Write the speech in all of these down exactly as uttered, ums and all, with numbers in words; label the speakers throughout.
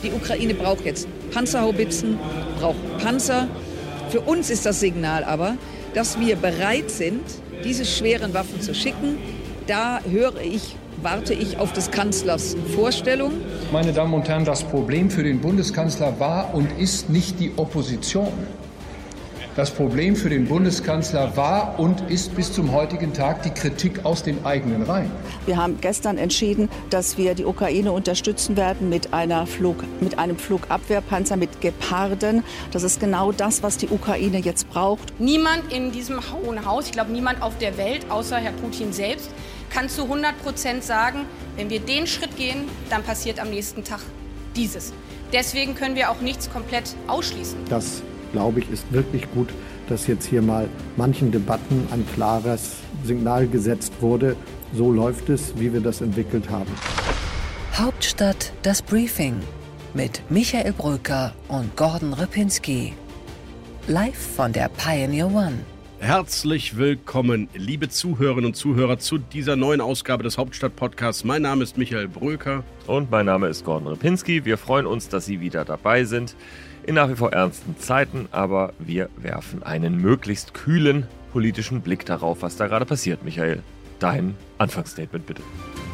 Speaker 1: Die Ukraine braucht jetzt Panzerhaubitzen, braucht Panzer. Für uns ist das Signal aber, dass wir bereit sind, diese schweren Waffen zu schicken. Da höre ich, warte ich auf des Kanzlers Vorstellung.
Speaker 2: Meine Damen und Herren, das Problem für den Bundeskanzler war und ist nicht die Opposition. Das Problem für den Bundeskanzler war und ist bis zum heutigen Tag die Kritik aus den eigenen Reihen.
Speaker 3: Wir haben gestern entschieden, dass wir die Ukraine unterstützen werden mit, einer Flug, mit einem Flugabwehrpanzer, mit Geparden. Das ist genau das, was die Ukraine jetzt braucht.
Speaker 4: Niemand in diesem Hohen Haus, ich glaube niemand auf der Welt, außer Herr Putin selbst, kann zu hundert Prozent sagen, wenn wir den Schritt gehen, dann passiert am nächsten Tag dieses. Deswegen können wir auch nichts komplett ausschließen.
Speaker 5: Das glaube ich, ist wirklich gut, dass jetzt hier mal manchen Debatten ein klares Signal gesetzt wurde. So läuft es, wie wir das entwickelt haben.
Speaker 6: Hauptstadt, das Briefing mit Michael Bröker und Gordon Ripinski. Live von der Pioneer One.
Speaker 7: Herzlich willkommen, liebe Zuhörerinnen und Zuhörer, zu dieser neuen Ausgabe des Hauptstadt-Podcasts. Mein Name ist Michael Bröker.
Speaker 8: Und mein Name ist Gordon Ripinski. Wir freuen uns, dass Sie wieder dabei sind. In nach wie vor ernsten Zeiten, aber wir werfen einen möglichst kühlen politischen Blick darauf, was da gerade passiert. Michael, dein Anfangsstatement bitte.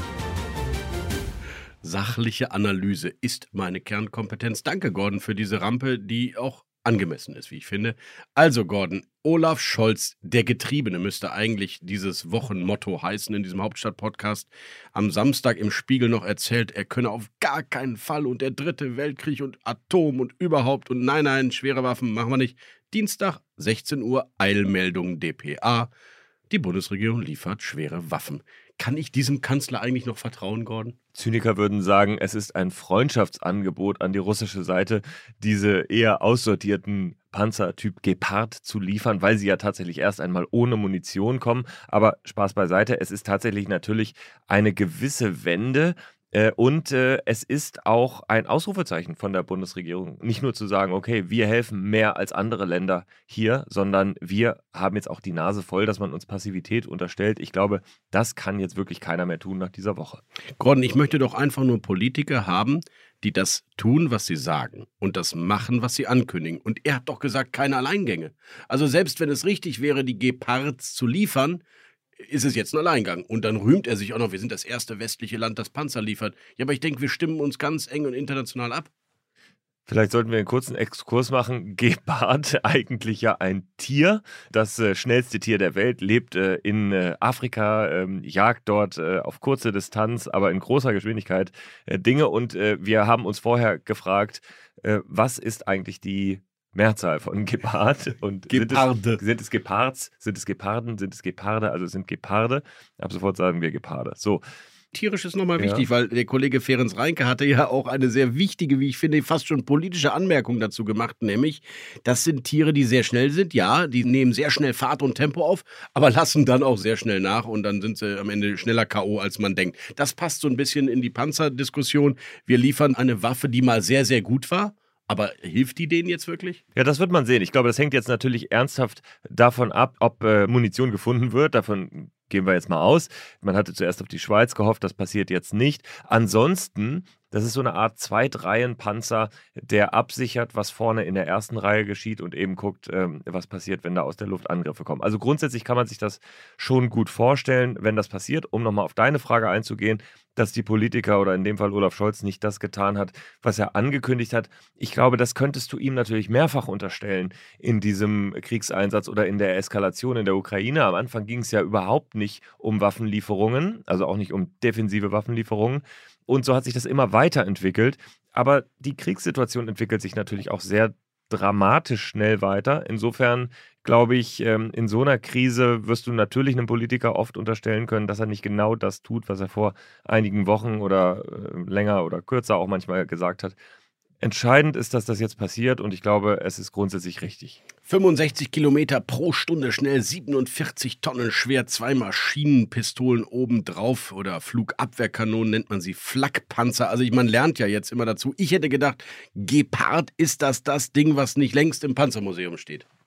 Speaker 7: Sachliche Analyse ist meine Kernkompetenz. Danke, Gordon, für diese Rampe, die auch angemessen ist, wie ich finde. Also, Gordon, Olaf Scholz, der Getriebene, müsste eigentlich dieses Wochenmotto heißen in diesem Hauptstadt-Podcast. Am Samstag im Spiegel noch erzählt, er könne auf gar keinen Fall und der dritte Weltkrieg und Atom und überhaupt und nein, nein, schwere Waffen machen wir nicht. Dienstag, sechzehn Uhr, Eilmeldung D P A. Die Bundesregierung liefert schwere Waffen. Kann ich diesem Kanzler eigentlich noch vertrauen, Gordon?
Speaker 8: Zyniker würden sagen, es ist ein Freundschaftsangebot an die russische Seite, diese eher aussortierten Panzertyp Gepard zu liefern, weil sie ja tatsächlich erst einmal ohne Munition kommen. Aber Spaß beiseite, es ist tatsächlich natürlich eine gewisse Wende. Äh, und äh, es ist auch ein Ausrufezeichen von der Bundesregierung, nicht nur zu sagen, okay, wir helfen mehr als andere Länder hier, sondern wir haben jetzt auch die Nase voll, dass man uns Passivität unterstellt. Ich glaube, das kann jetzt wirklich keiner mehr tun nach dieser Woche.
Speaker 7: Gordon, ich möchte doch einfach nur Politiker haben, die das tun, was sie sagen und das machen, was sie ankündigen. Und er hat doch gesagt, keine Alleingänge. Also selbst wenn es richtig wäre, die Gepards zu liefern, ist es jetzt ein Alleingang. Und dann rühmt er sich auch noch, wir sind das erste westliche Land, das Panzer liefert. Ja, aber ich denke, wir stimmen uns ganz eng und international ab.
Speaker 8: Vielleicht sollten wir einen kurzen Exkurs machen. Gepard, eigentlich ja ein Tier, das äh, schnellste Tier der Welt, lebt äh, in äh, Afrika, äh, jagt dort äh, auf kurze Distanz, aber in großer Geschwindigkeit äh, Dinge. Und äh, wir haben uns vorher gefragt, äh, was ist eigentlich die Mehrzahl von Gepard und
Speaker 7: Geparde.
Speaker 8: Sind es, sind es Gepards, sind es Geparden, sind es Geparde, also es sind Geparde. Ab sofort sagen wir Geparde. So.
Speaker 7: Tierisch ist nochmal wichtig,
Speaker 8: Ja.
Speaker 7: weil der Kollege Ferenc Reinke hatte ja auch eine sehr wichtige, wie ich finde, fast schon politische Anmerkung dazu gemacht, nämlich, das sind Tiere, die sehr schnell sind, ja, die nehmen sehr schnell Fahrt und Tempo auf, aber lassen dann auch sehr schnell nach und dann sind sie am Ende schneller K O, als man denkt. Das passt so ein bisschen in die Panzerdiskussion. Wir liefern eine Waffe, die mal sehr, sehr gut war. Aber hilft die denen jetzt wirklich?
Speaker 8: Ja, das wird man sehen. Ich glaube, das hängt jetzt natürlich ernsthaft davon ab, ob äh, Munition gefunden wird. Davon gehen wir jetzt mal aus. Man hatte zuerst auf die Schweiz gehofft, das passiert jetzt nicht. Ansonsten, das ist so eine Art Zweitreihenpanzer, der absichert, was vorne in der ersten Reihe geschieht und eben guckt, ähm, was passiert, wenn da aus der Luft Angriffe kommen. Also grundsätzlich kann man sich das schon gut vorstellen, wenn das passiert. Um nochmal auf deine Frage einzugehen, dass die Politiker oder in dem Fall Olaf Scholz nicht das getan hat, was er angekündigt hat. Ich glaube, das könntest du ihm natürlich mehrfach unterstellen in diesem Kriegseinsatz oder in der Eskalation in der Ukraine. Am Anfang ging es ja überhaupt nicht um Waffenlieferungen, also auch nicht um defensive Waffenlieferungen. Und so hat sich das immer weiterentwickelt. Aber die Kriegssituation entwickelt sich natürlich auch sehr dramatisch schnell weiter. Insofern glaube ich, in so einer Krise wirst du natürlich einem Politiker oft unterstellen können, dass er nicht genau das tut, was er vor einigen Wochen oder länger oder kürzer auch manchmal gesagt hat. Entscheidend ist, dass das jetzt passiert und ich glaube, es ist grundsätzlich richtig.
Speaker 7: fünfundsechzig Kilometer pro Stunde schnell, siebenundvierzig Tonnen schwer, zwei Maschinenpistolen obendrauf oder Flugabwehrkanonen nennt man sie, Flakpanzer. Also ich, man lernt ja jetzt immer dazu. Ich hätte gedacht, Gepard ist das das Ding, was nicht längst im Panzermuseum steht.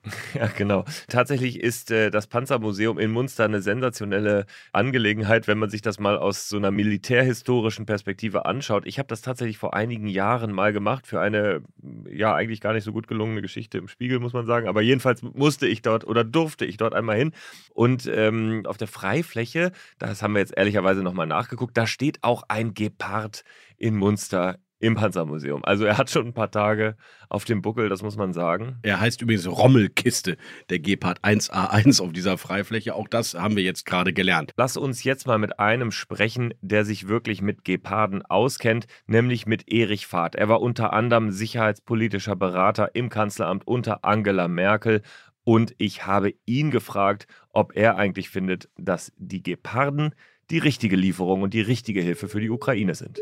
Speaker 8: Ja, genau. Tatsächlich ist äh, das Panzermuseum in Munster eine sensationelle Angelegenheit, wenn man sich das mal aus so einer militärhistorischen Perspektive anschaut. Ich habe das tatsächlich vor einigen Jahren mal gemacht für eine, ja, eigentlich gar nicht so gut gelungene Geschichte im Spiegel, muss man sagen. Aber jedenfalls musste ich dort oder durfte ich dort einmal hin. Und ähm, auf der Freifläche, das haben wir jetzt ehrlicherweise nochmal nachgeguckt, da steht auch ein Gepard in Munster im Panzermuseum. Also er hat schon ein paar Tage auf dem Buckel, das muss man sagen.
Speaker 7: Er heißt übrigens Rommelkiste, der Gepard eins A eins auf dieser Freifläche. Auch das haben wir jetzt gerade gelernt.
Speaker 8: Lass uns jetzt mal mit einem sprechen, der sich wirklich mit Geparden auskennt, nämlich mit Erich Fahrt. Er war unter anderem sicherheitspolitischer Berater im Kanzleramt unter Angela Merkel. Und ich habe ihn gefragt, ob er eigentlich findet, dass die Geparden die richtige Lieferung und die richtige Hilfe für die Ukraine sind.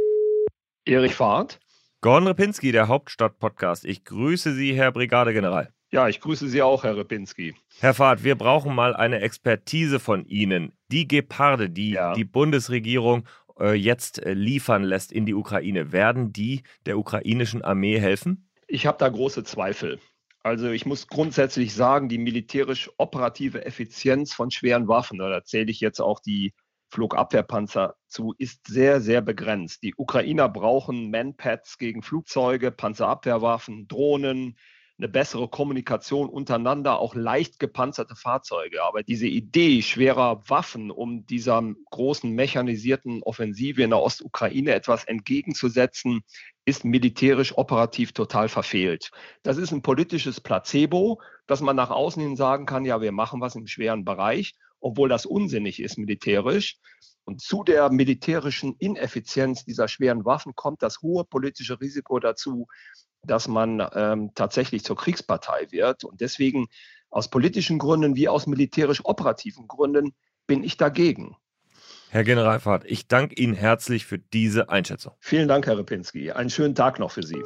Speaker 9: Erich Fahrt.
Speaker 8: Gordon Repinski, der Hauptstadt-Podcast. Ich grüße Sie, Herr Brigadegeneral.
Speaker 9: Ja, ich grüße Sie auch, Herr Repinski.
Speaker 8: Herr Fahrt, wir brauchen mal eine Expertise von Ihnen. Die Geparde, die ja. die Bundesregierung äh, jetzt äh, liefern lässt in die Ukraine, werden die der ukrainischen Armee helfen?
Speaker 9: Ich habe da große Zweifel. Also ich muss grundsätzlich sagen, die militärisch-operative Effizienz von schweren Waffen, da zähle ich jetzt auch die Flugabwehrpanzer zu, ist sehr, sehr begrenzt. Die Ukrainer brauchen Manpads gegen Flugzeuge, Panzerabwehrwaffen, Drohnen, eine bessere Kommunikation untereinander, auch leicht gepanzerte Fahrzeuge. Aber diese Idee schwerer Waffen, um dieser großen mechanisierten Offensive in der Ostukraine etwas entgegenzusetzen, ist militärisch operativ total verfehlt. Das ist ein politisches Placebo, dass man nach außen hin sagen kann, ja, wir machen was im schweren Bereich, obwohl das unsinnig ist militärisch. Und zu der militärischen Ineffizienz dieser schweren Waffen kommt das hohe politische Risiko dazu, dass man ähm, tatsächlich zur Kriegspartei wird. Und deswegen aus politischen Gründen wie aus militärisch-operativen Gründen bin ich dagegen.
Speaker 8: Herr General Fahrt, ich danke Ihnen herzlich für diese Einschätzung.
Speaker 9: Vielen Dank, Herr Repinski. Einen schönen Tag noch für Sie.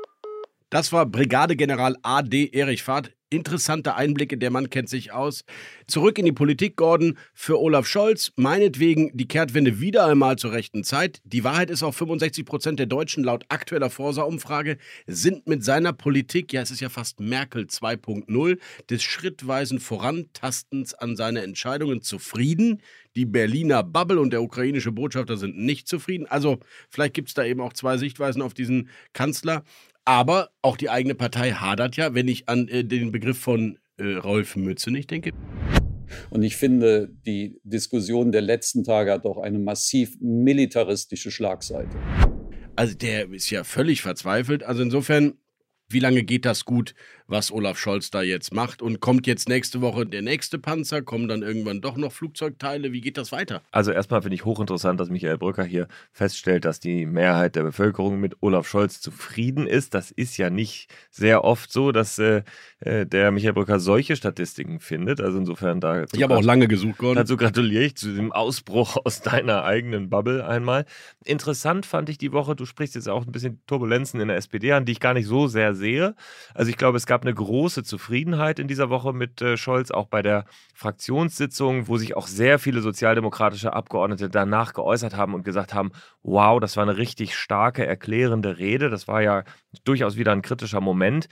Speaker 7: Das war Brigadegeneral A D Erich Fahrt. Interessante Einblicke, der Mann kennt sich aus. Zurück in die Politik, Gordon, für Olaf Scholz. Meinetwegen die Kehrtwende wieder einmal zur rechten Zeit. Die Wahrheit ist auch, fünfundsechzig Prozent der Deutschen laut aktueller Forsa-Umfrage sind mit seiner Politik, ja es ist ja fast Merkel zwei Punkt null, des schrittweisen Vorantastens an seine Entscheidungen zufrieden. Die Berliner Bubble und der ukrainische Botschafter sind nicht zufrieden. Also vielleicht gibt es da eben auch zwei Sichtweisen auf diesen Kanzler. Aber auch die eigene Partei hadert ja, wenn ich an äh, den Begriff von äh, Rolf Mützenich denke.
Speaker 10: Und ich finde, die Diskussion der letzten Tage hat auch eine massiv militaristische Schlagseite.
Speaker 7: Also der ist ja völlig verzweifelt. Also insofern, wie lange geht das gut, was Olaf Scholz da jetzt macht? Und kommt jetzt nächste Woche der nächste Panzer? Kommen dann irgendwann doch noch Flugzeugteile? Wie geht das weiter?
Speaker 8: Also erstmal finde ich hochinteressant, dass Michael Brücker hier feststellt, dass die Mehrheit der Bevölkerung mit Olaf Scholz zufrieden ist. Das ist ja nicht sehr oft so, dass äh, der Michael Brücker solche Statistiken findet. Also insofern da...
Speaker 7: Ich habe auch lange gesucht, Gordon.
Speaker 8: Dazu gratuliere ich zu dem Ausbruch aus deiner eigenen Bubble einmal. Interessant fand ich die Woche, du sprichst jetzt auch ein bisschen Turbulenzen in der S P D an, die ich gar nicht so sehr sehe. Also ich glaube, es gab eine große Zufriedenheit in dieser Woche mit äh, Scholz, auch bei der Fraktionssitzung, wo sich auch sehr viele sozialdemokratische Abgeordnete danach geäußert haben und gesagt haben, wow, das war eine richtig starke, erklärende Rede. Das war ja durchaus wieder ein kritischer Moment.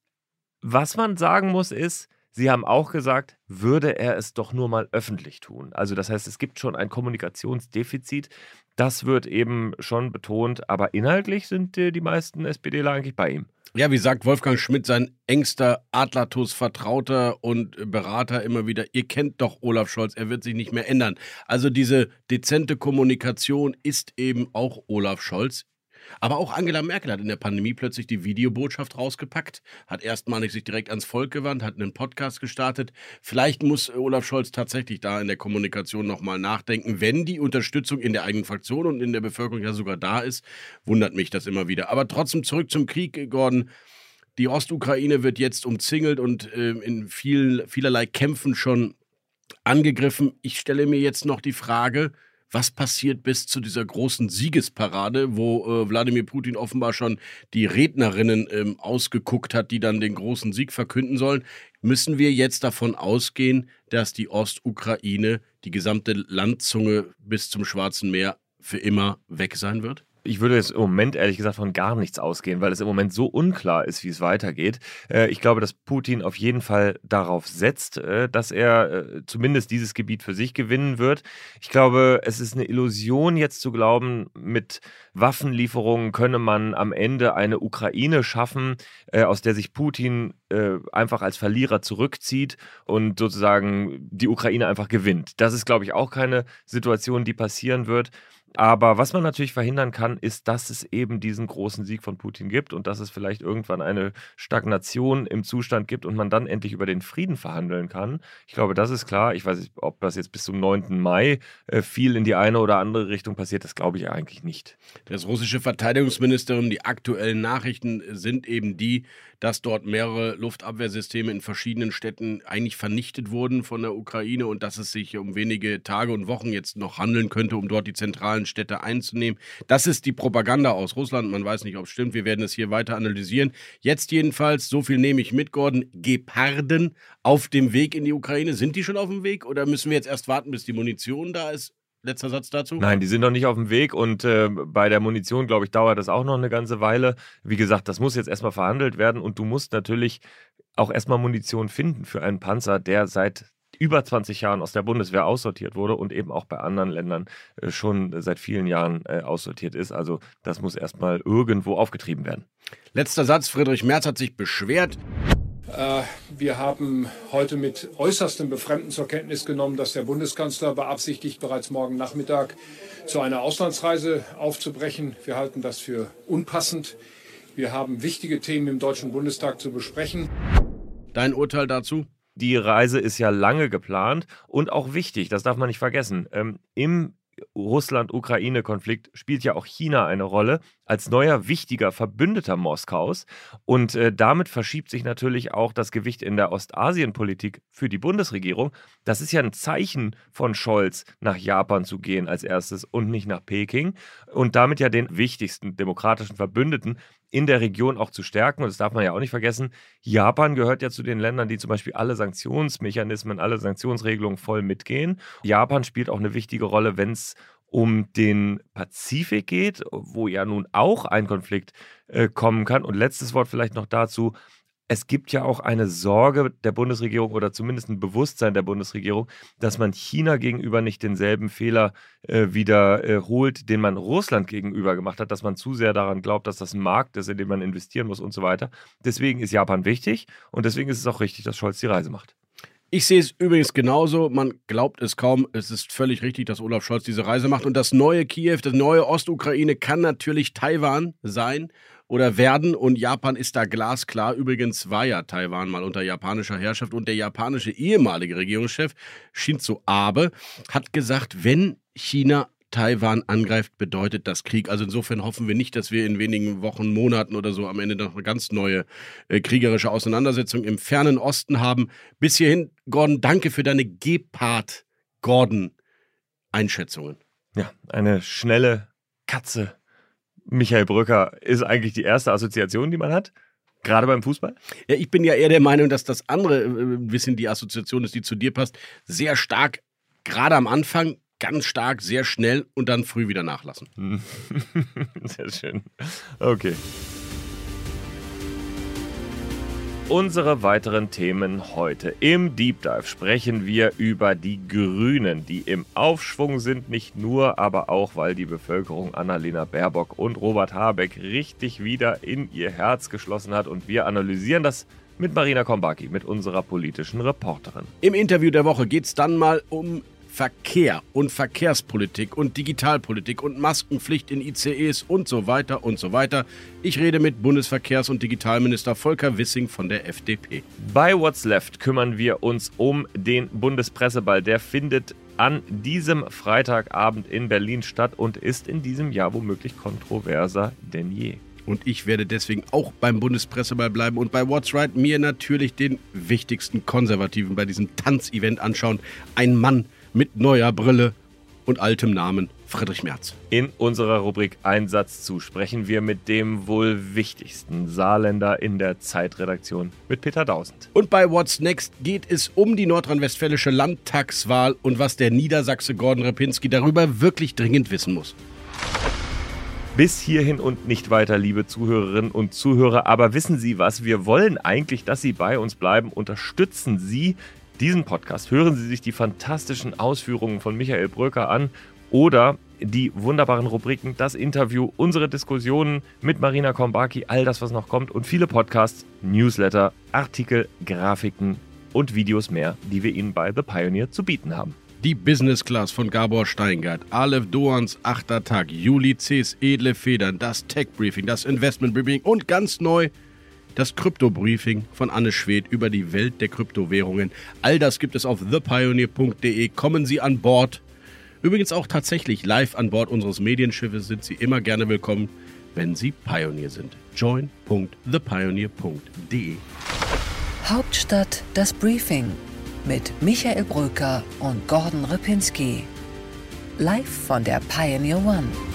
Speaker 8: Was man sagen muss ist, Sie haben auch gesagt, würde er es doch nur mal öffentlich tun. Also das heißt, es gibt schon ein Kommunikationsdefizit. Das wird eben schon betont, aber inhaltlich sind äh, die meisten SPDler eigentlich bei ihm.
Speaker 7: Ja, wie sagt Wolfgang Schmidt, sein engster Adlatus-Vertrauter und Berater immer wieder, ihr kennt doch Olaf Scholz, er wird sich nicht mehr ändern. Also diese dezente Kommunikation ist eben auch Olaf Scholz. Aber auch Angela Merkel hat in der Pandemie plötzlich die Videobotschaft rausgepackt, hat erstmalig sich direkt ans Volk gewandt, hat einen Podcast gestartet. Vielleicht muss Olaf Scholz tatsächlich da in der Kommunikation nochmal nachdenken. Wenn die Unterstützung in der eigenen Fraktion und in der Bevölkerung ja sogar da ist, wundert mich das immer wieder. Aber trotzdem zurück zum Krieg, Gordon. Die Ostukraine wird jetzt umzingelt und äh, in viel, vielerlei Kämpfen schon angegriffen. Ich stelle mir jetzt noch die Frage, was passiert bis zu dieser großen Siegesparade, wo äh, Wladimir Putin offenbar schon die Rednerinnen ähm, ausgeguckt hat, die dann den großen Sieg verkünden sollen? Müssen wir jetzt davon ausgehen, dass die Ostukraine, die gesamte Landzunge bis zum Schwarzen Meer für immer weg sein wird?
Speaker 8: Ich würde jetzt im Moment ehrlich gesagt von gar nichts ausgehen, weil es im Moment so unklar ist, wie es weitergeht. Ich glaube, dass Putin auf jeden Fall darauf setzt, dass er zumindest dieses Gebiet für sich gewinnen wird. Ich glaube, es ist eine Illusion jetzt zu glauben, mit Waffenlieferungen könne man am Ende eine Ukraine schaffen, aus der sich Putin einfach als Verlierer zurückzieht und sozusagen die Ukraine einfach gewinnt. Das ist, glaube ich, auch keine Situation, die passieren wird. Aber was man natürlich verhindern kann, ist, dass es eben diesen großen Sieg von Putin gibt und dass es vielleicht irgendwann eine Stagnation im Zustand gibt und man dann endlich über den Frieden verhandeln kann. Ich glaube, das ist klar. Ich weiß nicht, ob das jetzt bis zum neunten Mai äh, viel in die eine oder andere Richtung passiert. Das glaube ich eigentlich nicht.
Speaker 7: Das russische Verteidigungsministerium, die aktuellen Nachrichten sind eben die, dass dort mehrere Luftabwehrsysteme in verschiedenen Städten eigentlich vernichtet wurden von der Ukraine und dass es sich um wenige Tage und Wochen jetzt noch handeln könnte, um dort die zentralen Städte einzunehmen. Das ist die Propaganda aus Russland. Man weiß nicht, ob es stimmt. Wir werden es hier weiter analysieren. Jetzt jedenfalls, so viel nehme ich mit, Gordon, Geparden auf dem Weg in die Ukraine. Sind die schon auf dem Weg oder müssen wir jetzt erst warten, bis die Munition da ist? Letzter Satz dazu?
Speaker 8: Nein, die sind noch nicht auf dem Weg und äh, bei der Munition, glaube ich, dauert das auch noch eine ganze Weile. Wie gesagt, das muss jetzt erstmal verhandelt werden und du musst natürlich auch erstmal Munition finden für einen Panzer, der seit über zwanzig Jahren aus der Bundeswehr aussortiert wurde und eben auch bei anderen Ländern äh, schon seit vielen Jahren äh, aussortiert ist. Also das muss erstmal irgendwo aufgetrieben werden.
Speaker 7: Letzter Satz, Friedrich Merz hat sich beschwert.
Speaker 2: Wir haben heute mit äußerstem Befremden zur Kenntnis genommen, dass der Bundeskanzler beabsichtigt, bereits morgen Nachmittag zu einer Auslandsreise aufzubrechen. Wir halten das für unpassend. Wir haben wichtige Themen im Deutschen Bundestag zu besprechen.
Speaker 7: Dein Urteil dazu?
Speaker 8: Die Reise ist ja lange geplant und auch wichtig, das darf man nicht vergessen. Ähm, im Russland-Ukraine-Konflikt spielt ja auch China eine Rolle als neuer wichtiger Verbündeter Moskaus und äh, damit verschiebt sich natürlich auch das Gewicht in der Ostasien-Politik für die Bundesregierung. Das ist ja ein Zeichen von Scholz, nach Japan zu gehen als erstes und nicht nach Peking und damit ja den wichtigsten demokratischen Verbündeten in der Region auch zu stärken. Und das darf man ja auch nicht vergessen, Japan gehört ja zu den Ländern, die zum Beispiel alle Sanktionsmechanismen, alle Sanktionsregelungen voll mitgehen. Japan spielt auch eine wichtige Rolle, wenn es um den Pazifik geht, wo ja nun auch ein Konflikt äh, kommen kann. Und letztes Wort vielleicht noch dazu. Es gibt ja auch eine Sorge der Bundesregierung oder zumindest ein Bewusstsein der Bundesregierung, dass man China gegenüber nicht denselben Fehler äh, wiederholt, äh, den man Russland gegenüber gemacht hat, dass man zu sehr daran glaubt, dass das ein Markt ist, in den man investieren muss und so weiter. Deswegen ist Japan wichtig und deswegen ist es auch richtig, dass Scholz die Reise macht.
Speaker 7: Ich sehe es übrigens genauso, man glaubt es kaum, es ist völlig richtig, dass Olaf Scholz diese Reise macht und das neue Kiew, das neue Ostukraine kann natürlich Taiwan sein oder werden und Japan ist da glasklar. Übrigens war ja Taiwan mal unter japanischer Herrschaft und der japanische ehemalige Regierungschef Shinzo Abe hat gesagt, wenn China Taiwan angreift, bedeutet das Krieg. Also insofern hoffen wir nicht, dass wir in wenigen Wochen, Monaten oder so am Ende noch eine ganz neue äh, kriegerische Auseinandersetzung im fernen Osten haben. Bis hierhin, Gordon, danke für deine Gepard-Gordon-Einschätzungen.
Speaker 8: Ja, eine schnelle Katze. Michael Brücker ist eigentlich die erste Assoziation, die man hat. Gerade beim Fußball?
Speaker 7: Ja, ich bin ja eher der Meinung, dass das andere äh, ein bisschen die Assoziation ist, die zu dir passt. Sehr stark, gerade am Anfang, ganz stark, sehr schnell und dann früh wieder nachlassen.
Speaker 8: Sehr schön. Okay. Unsere weiteren Themen heute. Im Deep Dive sprechen wir über die Grünen, die im Aufschwung sind, nicht nur, aber auch, weil die Bevölkerung Annalena Baerbock und Robert Habeck richtig wieder in ihr Herz geschlossen hat. Und wir analysieren das mit Marina Kombaki, mit unserer politischen Reporterin.
Speaker 7: Im Interview der Woche geht es dann mal um Verkehr und Verkehrspolitik und Digitalpolitik und Maskenpflicht in I C Es und so weiter und so weiter. Ich rede mit Bundesverkehrs- und Digitalminister Volker Wissing von der F D P.
Speaker 8: Bei What's Left kümmern wir uns um den Bundespresseball. Der findet an diesem Freitagabend in Berlin statt und ist in diesem Jahr womöglich kontroverser denn je.
Speaker 7: Und ich werde deswegen auch beim Bundespresseball bleiben und bei What's Right mir natürlich den wichtigsten Konservativen bei diesem Tanzevent anschauen. Ein Mann mit neuer Brille und altem Namen, Friedrich Merz.
Speaker 8: In unserer Rubrik Ein Satz zu sprechen wir mit dem wohl wichtigsten Saarländer in der Zeitredaktion, mit Peter Dausend.
Speaker 7: Und bei What's Next geht es um die nordrhein-westfälische Landtagswahl und was der Niedersachse Gordon Repinski darüber wirklich dringend wissen muss.
Speaker 8: Bis hierhin und nicht weiter, liebe Zuhörerinnen und Zuhörer. Aber wissen Sie was? Wir wollen eigentlich, dass Sie bei uns bleiben. Unterstützen Sie diesen Podcast. Hören Sie sich die fantastischen Ausführungen von Michael Bröker an oder die wunderbaren Rubriken, das Interview, unsere Diskussionen mit Marina Kombaki, all das, was noch kommt und viele Podcasts, Newsletter, Artikel, Grafiken und Videos mehr, die wir Ihnen bei The Pioneer zu bieten haben.
Speaker 7: Die Business Class von Gabor Steingart, Aleph Doans achter Tag, Juli Cs edle Federn, das Tech Briefing, das Investment Briefing und ganz neu das Krypto Briefing von Anne Schwedt über die Welt der Kryptowährungen. All das gibt es auf the pioneer punkt de. Kommen Sie an Bord. Übrigens auch tatsächlich live an Bord unseres Medienschiffes sind Sie immer gerne willkommen, wenn Sie Pioneer sind. join punkt the pioneer punkt de.
Speaker 6: Hauptstadt das Briefing mit Michael Bröker und Gordon Ripinski. Live von der Pioneer One.